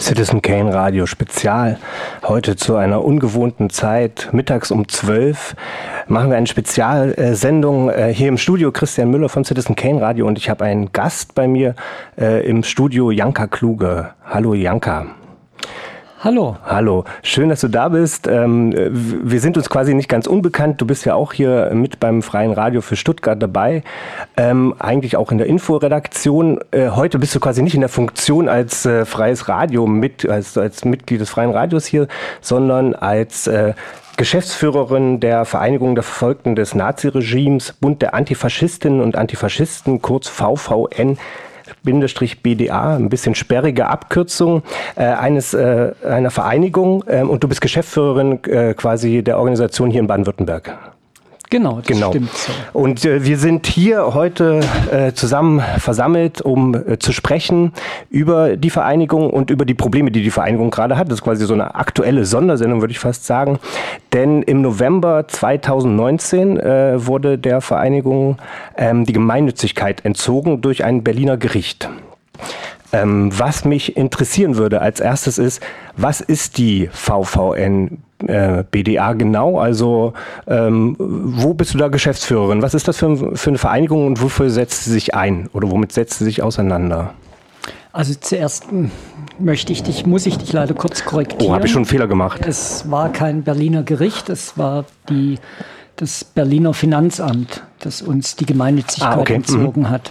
Citizen Kane Radio Spezial. Heute zu einer ungewohnten Zeit, mittags um 12, machen wir eine Spezialsendung hier im Studio. Christian Müller von Citizen Kane Radio und ich habe einen Gast bei mir im Studio, Janka Kluge. Hallo Janka. Hallo. Hallo, schön, dass du da bist. Wir sind uns quasi nicht ganz unbekannt. Du bist ja auch hier mit beim Freien Radio für Stuttgart dabei. Eigentlich auch in der Inforedaktion. Heute bist du quasi nicht in der Funktion als freies Radio, als Mitglied des Freien Radios hier, sondern als Geschäftsführerin der Vereinigung der Verfolgten des Naziregimes, Bund der Antifaschistinnen und Antifaschisten, kurz VVN. BDA, ein bisschen sperrige Abkürzung einer Vereinigung und du bist Geschäftsführerin quasi der Organisation hier in Baden-Württemberg. Genau, das stimmt so. Und wir sind hier heute zusammen versammelt, um zu sprechen über die Vereinigung und über die Probleme, die die Vereinigung gerade hat. Das ist quasi so eine aktuelle Sondersendung, würde ich fast sagen. Denn im November 2019 wurde der Vereinigung die Gemeinnützigkeit entzogen durch ein Berliner Gericht. Was mich interessieren würde als erstes ist, was ist die VVN BDA genau? Also wo bist du da Geschäftsführerin? Was ist das für eine Vereinigung und wofür setzt sie sich ein oder womit setzt sie sich auseinander? Also zuerst muss ich dich leider kurz korrigieren. Oh, habe ich schon einen Fehler gemacht? Es war kein Berliner Gericht, es war das Berliner Finanzamt, das uns die Gemeinnützigkeit entzogen hat.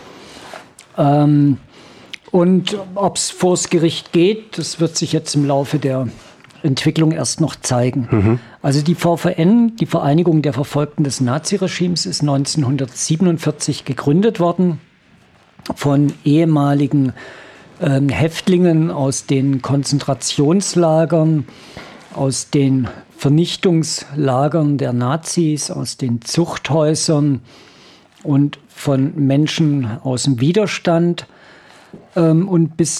Und ob es vors Gericht geht, das wird sich jetzt im Laufe der Entwicklung erst noch zeigen. Also die VVN, die Vereinigung der Verfolgten des Naziregimes, ist 1947 gegründet worden von ehemaligen Häftlingen aus den Konzentrationslagern, aus den Vernichtungslagern der Nazis, aus den Zuchthäusern und von Menschen aus dem Widerstand. Und bis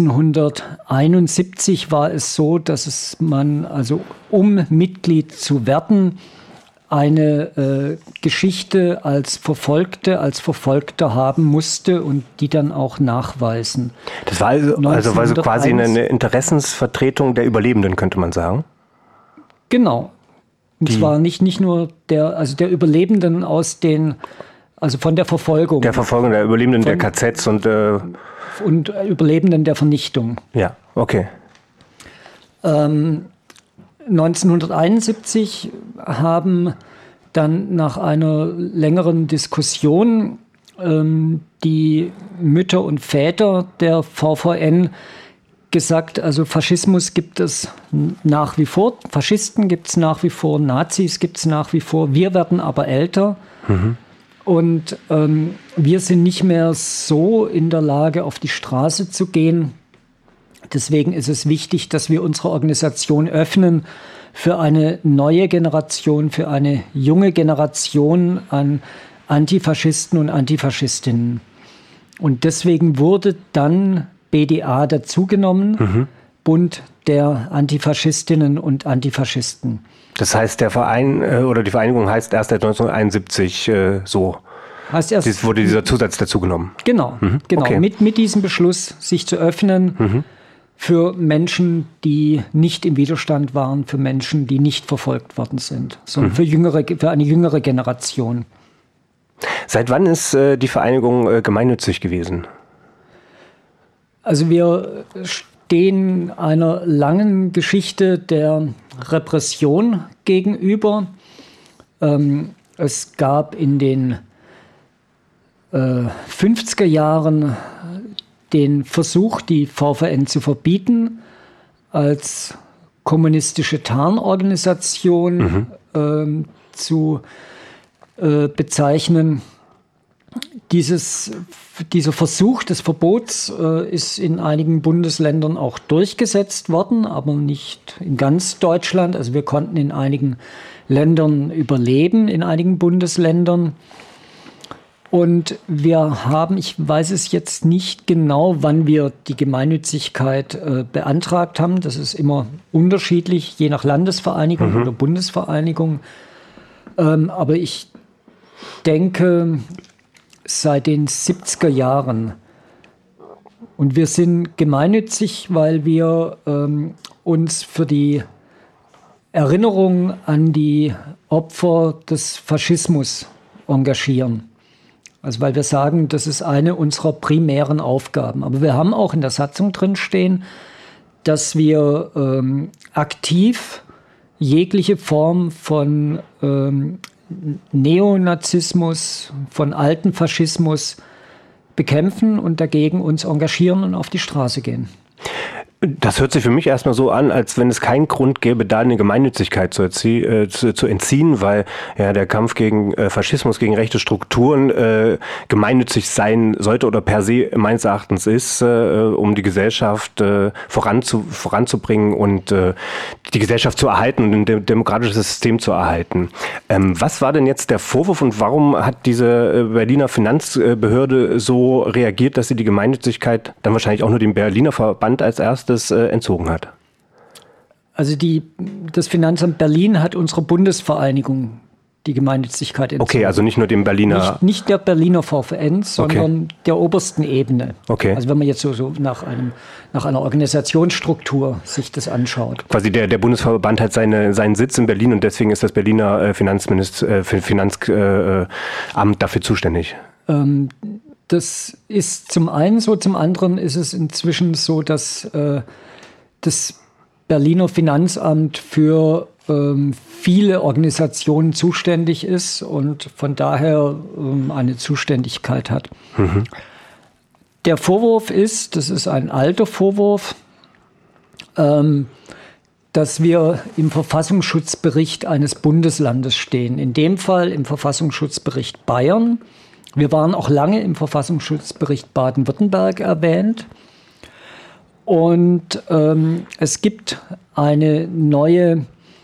1971 war es so, dass man um Mitglied zu werden, eine Geschichte als Verfolgter haben musste und die dann auch nachweisen. Das war also quasi eine Interessensvertretung der Überlebenden, könnte man sagen? Genau. Und zwar nicht nur der Überlebenden von der Verfolgung. Der Verfolgung der Überlebenden der KZs und Überlebenden der Vernichtung. Ja, okay. 1971 haben dann nach einer längeren Diskussion die Mütter und Väter der VVN gesagt, also Faschismus gibt es nach wie vor, Faschisten gibt es nach wie vor, Nazis gibt es nach wie vor, wir werden aber älter. Und wir sind nicht mehr so in der Lage, auf die Straße zu gehen. Deswegen ist es wichtig, dass wir unsere Organisation öffnen für eine neue Generation, für eine junge Generation an Antifaschisten und Antifaschistinnen. Und deswegen wurde dann BDA dazugenommen, Bund der Antifaschistinnen und Antifaschisten. Das heißt, der Verein oder die Vereinigung heißt erst seit 1971 so. Wurde dieser Zusatz dazugenommen? Genau, okay. Mit diesem Beschluss, sich zu öffnen für Menschen, die nicht im Widerstand waren, für Menschen, die nicht verfolgt worden sind, sondern für eine jüngere Generation. Seit wann ist die Vereinigung gemeinnützig gewesen? Also wir stehen einer langen Geschichte der Repression gegenüber. Es gab in den 50er Jahren den Versuch, die VVN zu verbieten, als kommunistische Tarnorganisation zu bezeichnen. Dieser Versuch des Verbots ist in einigen Bundesländern auch durchgesetzt worden, aber nicht in ganz Deutschland. Also wir konnten in einigen Ländern überleben, in einigen Bundesländern. Und wir haben, ich weiß es jetzt nicht genau, wann wir die Gemeinnützigkeit beantragt haben. Das ist immer unterschiedlich, je nach Landesvereinigung oder Bundesvereinigung. Aber ich denke, seit den 70er Jahren Und wir sind gemeinnützig, weil wir uns für die Erinnerung an die Opfer des Faschismus engagieren. Also weil wir sagen, das ist eine unserer primären Aufgaben. Aber wir haben auch in der Satzung drin stehen, dass wir aktiv jegliche Form von Neonazismus, von alten Faschismus bekämpfen und dagegen uns engagieren und auf die Straße gehen. Das hört sich für mich erstmal so an, als wenn es keinen Grund gäbe, da eine Gemeinnützigkeit zu entziehen, weil ja der Kampf gegen Faschismus, gegen rechte Strukturen gemeinnützig sein sollte oder per se meines Erachtens ist, um die Gesellschaft voranzubringen und die Gesellschaft zu erhalten und ein demokratisches System zu erhalten. Was war denn jetzt der Vorwurf und warum hat diese Berliner Finanzbehörde so reagiert, dass sie die Gemeinnützigkeit dann wahrscheinlich auch nur dem Berliner Verband als erstes entzogen hat? Also das Finanzamt Berlin hat unserer Bundesvereinigung die Gemeinnützigkeit entzogen. Okay, also nicht nur dem Berliner... Nicht der Berliner VVN, sondern der obersten Ebene. Okay. Also wenn man jetzt so nach einer Organisationsstruktur sich das anschaut. Quasi der Bundesverband hat seinen Sitz in Berlin und deswegen ist das Berliner Finanzamt dafür zuständig. Das ist zum einen so, zum anderen ist es inzwischen so, dass das Berliner Finanzamt für viele Organisationen zuständig ist und von daher eine Zuständigkeit hat. Mhm. Der Vorwurf ist, das ist ein alter Vorwurf, dass wir im Verfassungsschutzbericht eines Bundeslandes stehen. In dem Fall im Verfassungsschutzbericht Bayern. Wir waren auch lange im Verfassungsschutzbericht Baden-Württemberg erwähnt. Und es gibt eine neue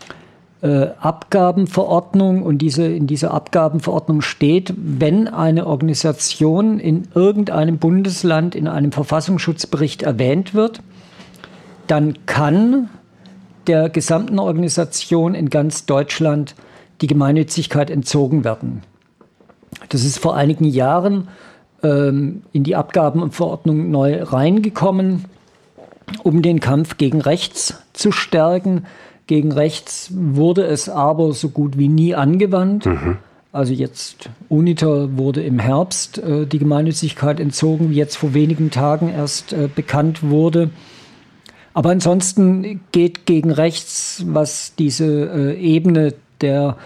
Abgabenverordnung. Und in dieser Abgabenverordnung steht, wenn eine Organisation in irgendeinem Bundesland in einem Verfassungsschutzbericht erwähnt wird, dann kann der gesamten Organisation in ganz Deutschland die Gemeinnützigkeit entzogen werden. Das ist vor einigen Jahren in die Abgabenverordnung neu reingekommen, um den Kampf gegen rechts zu stärken. Gegen rechts wurde es aber so gut wie nie angewandt. Mhm. Also jetzt UNITA wurde im Herbst die Gemeinnützigkeit entzogen, wie jetzt vor wenigen Tagen erst bekannt wurde. Aber ansonsten geht gegen rechts, was diese Ebene der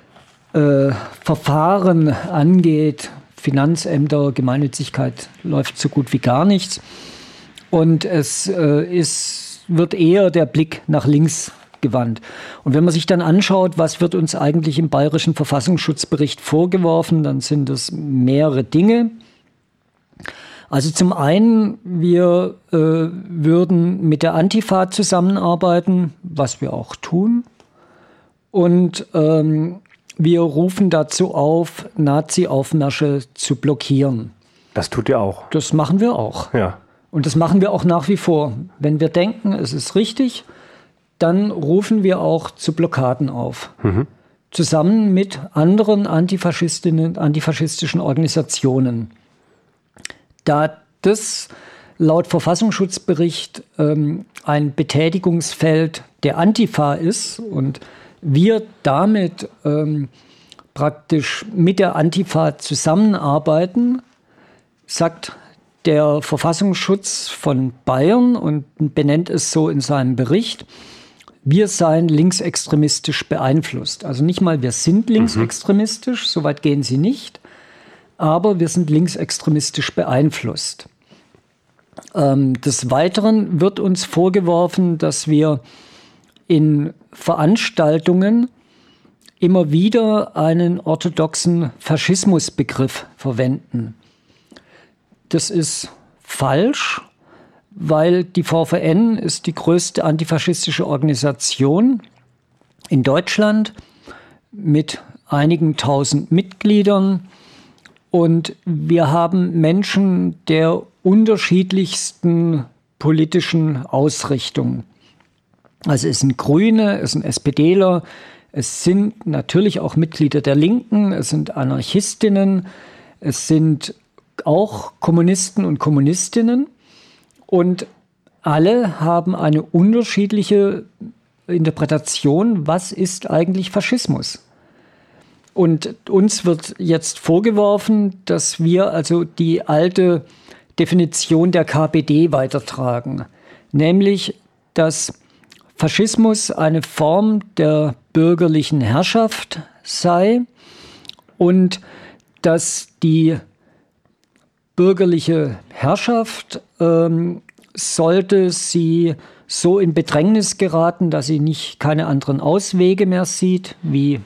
Verfahren angeht, Finanzämter, Gemeinnützigkeit läuft so gut wie gar nichts. Und es wird eher der Blick nach links gewandt. Und wenn man sich dann anschaut, was wird uns eigentlich im Bayerischen Verfassungsschutzbericht vorgeworfen, dann sind es mehrere Dinge. Also zum einen, wir würden mit der Antifa zusammenarbeiten, was wir auch tun. Und wir rufen dazu auf, Nazi-Aufmärsche zu blockieren. Das tut ihr auch. Das machen wir auch. Ja. Und das machen wir auch nach wie vor. Wenn wir denken, es ist richtig, dann rufen wir auch zu Blockaden auf. Mhm. Zusammen mit anderen antifaschistischen Organisationen. Da das laut Verfassungsschutzbericht ein Betätigungsfeld der Antifa ist und wir damit praktisch mit der Antifa zusammenarbeiten, sagt der Verfassungsschutz von Bayern und benennt es so in seinem Bericht, wir seien linksextremistisch beeinflusst. Also nicht mal wir sind linksextremistisch, so weit gehen sie nicht, aber wir sind linksextremistisch beeinflusst. Des Weiteren wird uns vorgeworfen, dass wir in Veranstaltungen immer wieder einen orthodoxen Faschismusbegriff verwenden. Das ist falsch, weil die VVN ist die größte antifaschistische Organisation in Deutschland mit einigen tausend Mitgliedern. Und wir haben Menschen der unterschiedlichsten politischen Ausrichtungen. Also es sind Grüne, es sind SPDler, es sind natürlich auch Mitglieder der Linken, es sind Anarchistinnen, es sind auch Kommunisten und Kommunistinnen. Und alle haben eine unterschiedliche Interpretation, was ist eigentlich Faschismus? Und uns wird jetzt vorgeworfen, dass wir also die alte Definition der KPD weitertragen, nämlich, dass Faschismus eine Form der bürgerlichen Herrschaft sei und dass die bürgerliche Herrschaft sollte sie so in Bedrängnis geraten, dass sie keine anderen Auswege mehr sieht, wie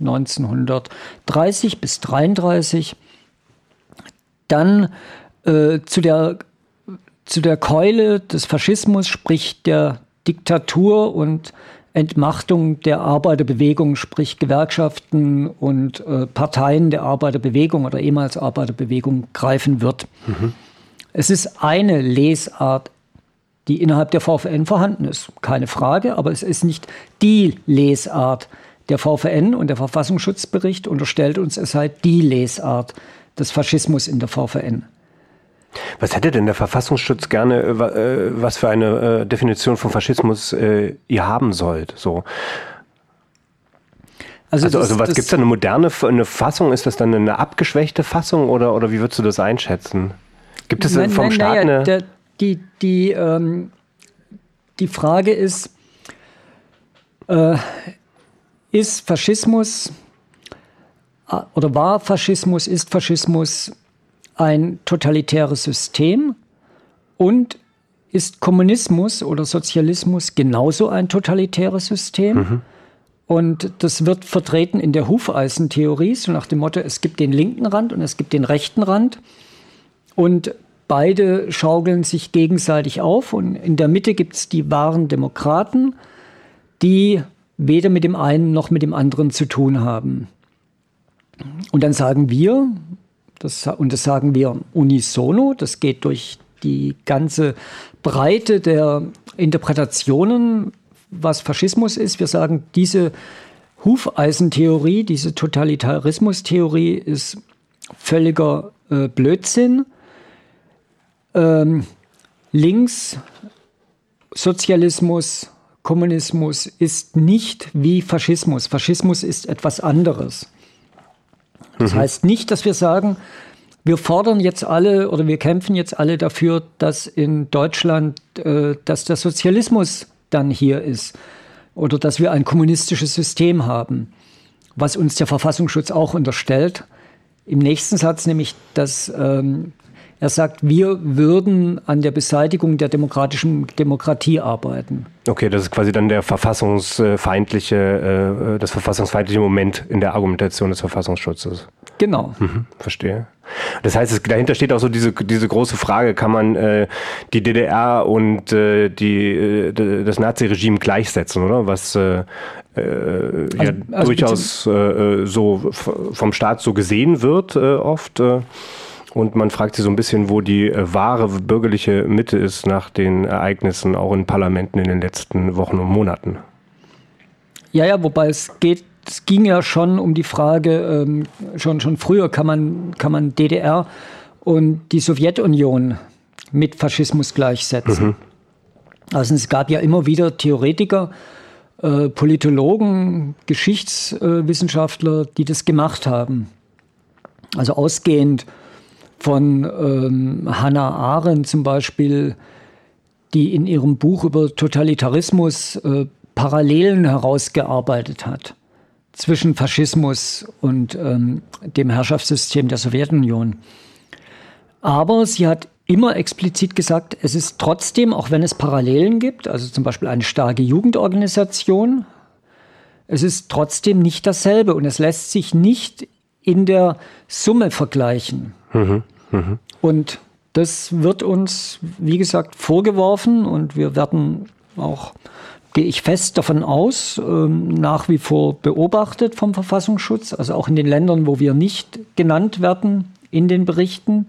1930 bis 1933, dann zu der Keule des Faschismus, sprich der Diktatur und Entmachtung der Arbeiterbewegung, sprich Gewerkschaften und Parteien der Arbeiterbewegung oder ehemals Arbeiterbewegung greifen wird. Mhm. Es ist eine Lesart, die innerhalb der VVN vorhanden ist, keine Frage, aber es ist nicht die Lesart. Der VVN und der Verfassungsschutzbericht unterstellt uns, es sei die Lesart des Faschismus in der VVN. Was hätte denn der Verfassungsschutz gerne, was für eine Definition von Faschismus ihr haben sollt? So. Also was gibt es da, eine moderne eine Fassung? Ist das dann eine abgeschwächte Fassung oder wie würdest du das einschätzen? Gibt es vom Staat eine... Die Frage ist Faschismus oder war Faschismus, ist Faschismus ein totalitäres System und ist Kommunismus oder Sozialismus genauso ein totalitäres System? Mhm. Und das wird vertreten in der Hufeisentheorie, so nach dem Motto, es gibt den linken Rand und es gibt den rechten Rand und beide schaukeln sich gegenseitig auf und in der Mitte gibt es die wahren Demokraten, die weder mit dem einen noch mit dem anderen zu tun haben. Und dann sagen wir, das sagen wir unisono, das geht durch die ganze Breite der Interpretationen, was Faschismus ist. Wir sagen, diese Hufeisentheorie, diese Totalitarismustheorie ist völliger Blödsinn. Links, Sozialismus, Kommunismus ist nicht wie Faschismus. Faschismus ist etwas anderes. Das heißt nicht, dass wir sagen, wir fordern jetzt alle oder wir kämpfen jetzt alle dafür, dass in Deutschland, dass der Sozialismus dann hier ist oder dass wir ein kommunistisches System haben, was uns der Verfassungsschutz auch unterstellt. Im nächsten Satz nämlich, dass er sagt, wir würden an der Beseitigung der demokratischen Demokratie arbeiten. Okay, das ist quasi dann das verfassungsfeindliche Moment in der Argumentation des Verfassungsschutzes. Genau. Verstehe. Das heißt, dahinter steht auch so diese große Frage, kann man die DDR und das Naziregime gleichsetzen, oder? Was durchaus so vom Staat so gesehen wird oft. Und man fragt sich so ein bisschen, wo die wahre bürgerliche Mitte ist nach den Ereignissen auch in Parlamenten in den letzten Wochen und Monaten. Ja, wobei es ging ja schon um die Frage, schon früher kann man DDR und die Sowjetunion mit Faschismus gleichsetzen. Also es gab ja immer wieder Theoretiker, Politologen, Geschichtswissenschaftler, die das gemacht haben. Also ausgehend von Hannah Arendt zum Beispiel, die in ihrem Buch über Totalitarismus Parallelen herausgearbeitet hat zwischen Faschismus und dem Herrschaftssystem der Sowjetunion. Aber sie hat immer explizit gesagt, es ist trotzdem, auch wenn es Parallelen gibt, also zum Beispiel eine starke Jugendorganisation, es ist trotzdem nicht dasselbe und es lässt sich nicht in der Summe vergleichen. Und das wird uns, wie gesagt, vorgeworfen und wir werden auch, gehe ich fest davon aus, nach wie vor beobachtet vom Verfassungsschutz, also auch in den Ländern, wo wir nicht genannt werden in den Berichten.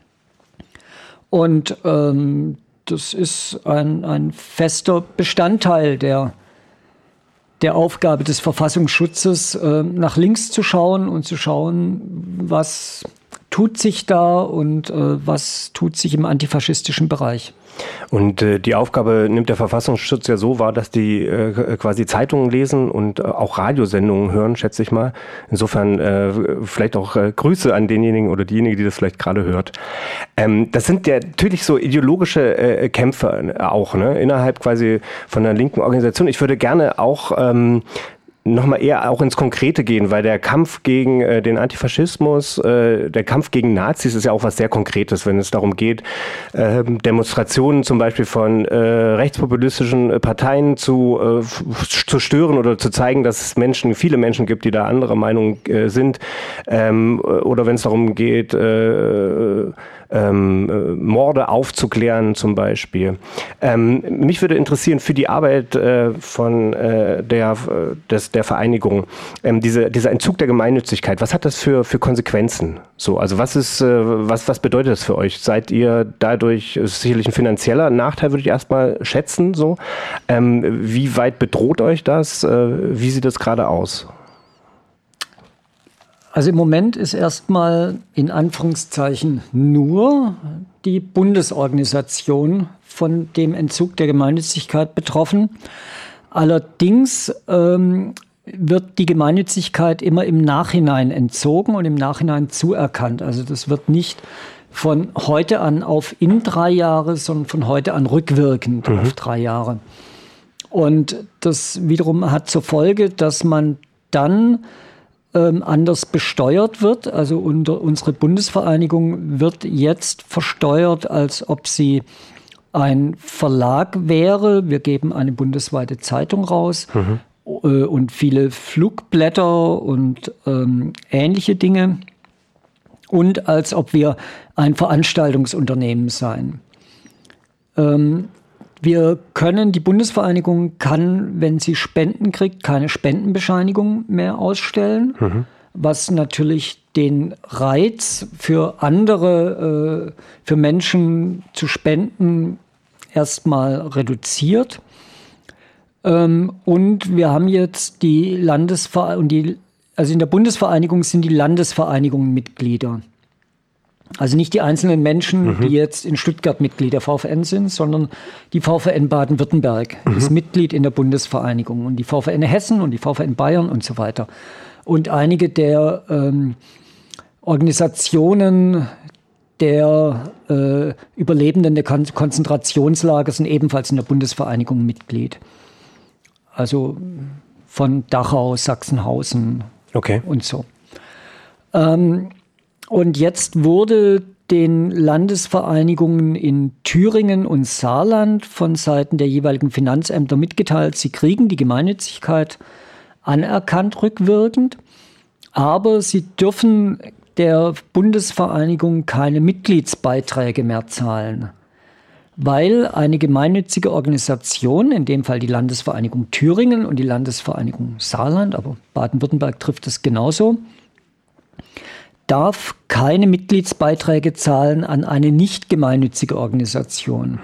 Und das ist ein fester Bestandteil der Aufgabe des Verfassungsschutzes, nach links zu schauen und zu schauen, was tut sich da und was tut sich im antifaschistischen Bereich. Und die Aufgabe nimmt der Verfassungsschutz ja so wahr, dass die quasi Zeitungen lesen und auch Radiosendungen hören, schätze ich mal. Insofern vielleicht auch Grüße an denjenigen oder diejenige, die das vielleicht gerade hört. Das sind ja natürlich so ideologische Kämpfe auch, ne? Innerhalb quasi von einer linken Organisation. Ich würde gerne auch nochmal eher auch ins Konkrete gehen, weil der Kampf gegen den Antifaschismus, der Kampf gegen Nazis ist ja auch was sehr Konkretes, wenn es darum geht, Demonstrationen zum Beispiel von rechtspopulistischen Parteien zu stören oder zu zeigen, dass es viele Menschen gibt, die da anderer Meinung sind, oder wenn es darum geht, Morde aufzuklären zum Beispiel. Mich würde interessieren für die Arbeit von der Vereinigung, dieser Entzug der Gemeinnützigkeit, was hat das für Konsequenzen? So, also was bedeutet das für euch? Seid ihr dadurch, ist sicherlich ein finanzieller Nachteil, würde ich erstmal schätzen, so. Wie weit bedroht euch das? Wie sieht das gerade aus? Also im Moment ist erstmal in Anführungszeichen nur die Bundesorganisation von dem Entzug der Gemeinnützigkeit betroffen. Allerdings wird die Gemeinnützigkeit immer im Nachhinein entzogen und im Nachhinein zuerkannt. Also das wird nicht von heute an auf in 3 Jahre, sondern von heute an rückwirkend auf 3 Jahre. Und das wiederum hat zur Folge, dass man dann anders besteuert wird. Also unsere Bundesvereinigung wird jetzt versteuert, als ob sie ein Verlag wäre. Wir geben eine bundesweite Zeitung raus und viele Flugblätter und ähnliche Dinge. Und als ob wir ein Veranstaltungsunternehmen seien. Die Bundesvereinigung kann, wenn sie Spenden kriegt, keine Spendenbescheinigung mehr ausstellen, was natürlich den Reiz für andere, für Menschen zu spenden, erstmal reduziert. Und wir haben jetzt also in der Bundesvereinigung sind die Landesvereinigungen Mitglieder. Also nicht die einzelnen Menschen, die jetzt in Stuttgart Mitglied der VVN sind, sondern die VVN Baden-Württemberg ist Mitglied in der Bundesvereinigung und die VVN Hessen und die VVN Bayern und so weiter. Und einige der Organisationen der Überlebenden der Konzentrationslager sind ebenfalls in der Bundesvereinigung Mitglied. Also von Dachau, Sachsenhausen und so. Und jetzt wurde den Landesvereinigungen in Thüringen und Saarland von Seiten der jeweiligen Finanzämter mitgeteilt, sie kriegen die Gemeinnützigkeit anerkannt rückwirkend, aber sie dürfen der Bundesvereinigung keine Mitgliedsbeiträge mehr zahlen, weil eine gemeinnützige Organisation, in dem Fall die Landesvereinigung Thüringen und die Landesvereinigung Saarland, aber Baden-Württemberg trifft es genauso, darf keine Mitgliedsbeiträge zahlen an eine nicht gemeinnützige Organisation.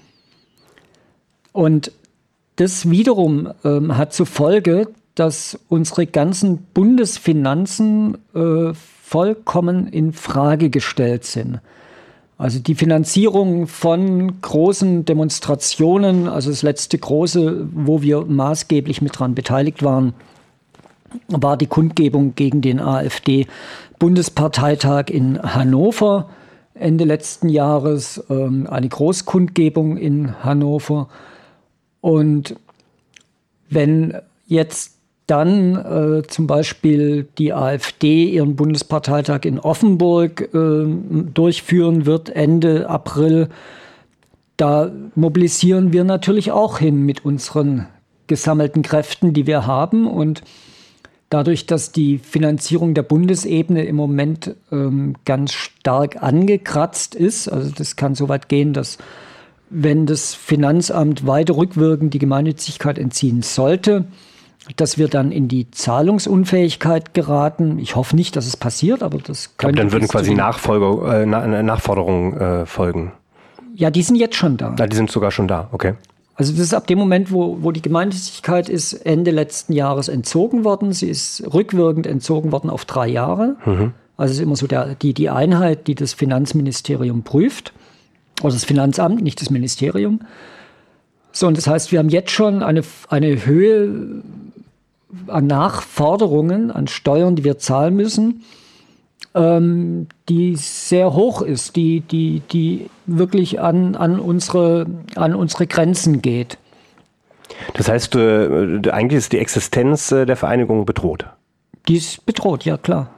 Und das wiederum hat zur Folge, dass unsere ganzen Bundesfinanzen vollkommen in Frage gestellt sind. Also die Finanzierung von großen Demonstrationen, also das letzte große, wo wir maßgeblich mit dran beteiligt waren, war die Kundgebung gegen den AfD-Bundesparteitag in Hannover Ende letzten Jahres, eine Großkundgebung in Hannover. Und wenn jetzt dann zum Beispiel die AfD ihren Bundesparteitag in Offenburg durchführen wird, Ende April, da mobilisieren wir natürlich auch hin mit unseren gesammelten Kräften, die wir haben. Und dadurch, dass die Finanzierung der Bundesebene im Moment ganz stark angekratzt ist, also das kann so weit gehen, dass wenn das Finanzamt weiter rückwirkend die Gemeinnützigkeit entziehen sollte, dass wir dann in die Zahlungsunfähigkeit geraten. Ich hoffe nicht, dass es passiert, aber das könnte. Aber dann würden quasi Nachforderungen folgen. Ja, die sind jetzt schon da. Ja, die sind sogar schon da, okay. Also das ist ab dem Moment, wo die Gemeinnützigkeit ist Ende letzten Jahres entzogen worden. Sie ist rückwirkend entzogen worden auf 3 Jahre. Also es ist immer so die Einheit, die das Finanzministerium prüft. oder das Finanzamt, nicht das Ministerium. So, und das heißt, wir haben jetzt schon eine Höhe an Nachforderungen, an Steuern, die wir zahlen müssen, die sehr hoch ist, die wirklich an unsere Grenzen geht. Das heißt, eigentlich ist die Existenz der Vereinigung bedroht. Die ist bedroht, ja klar.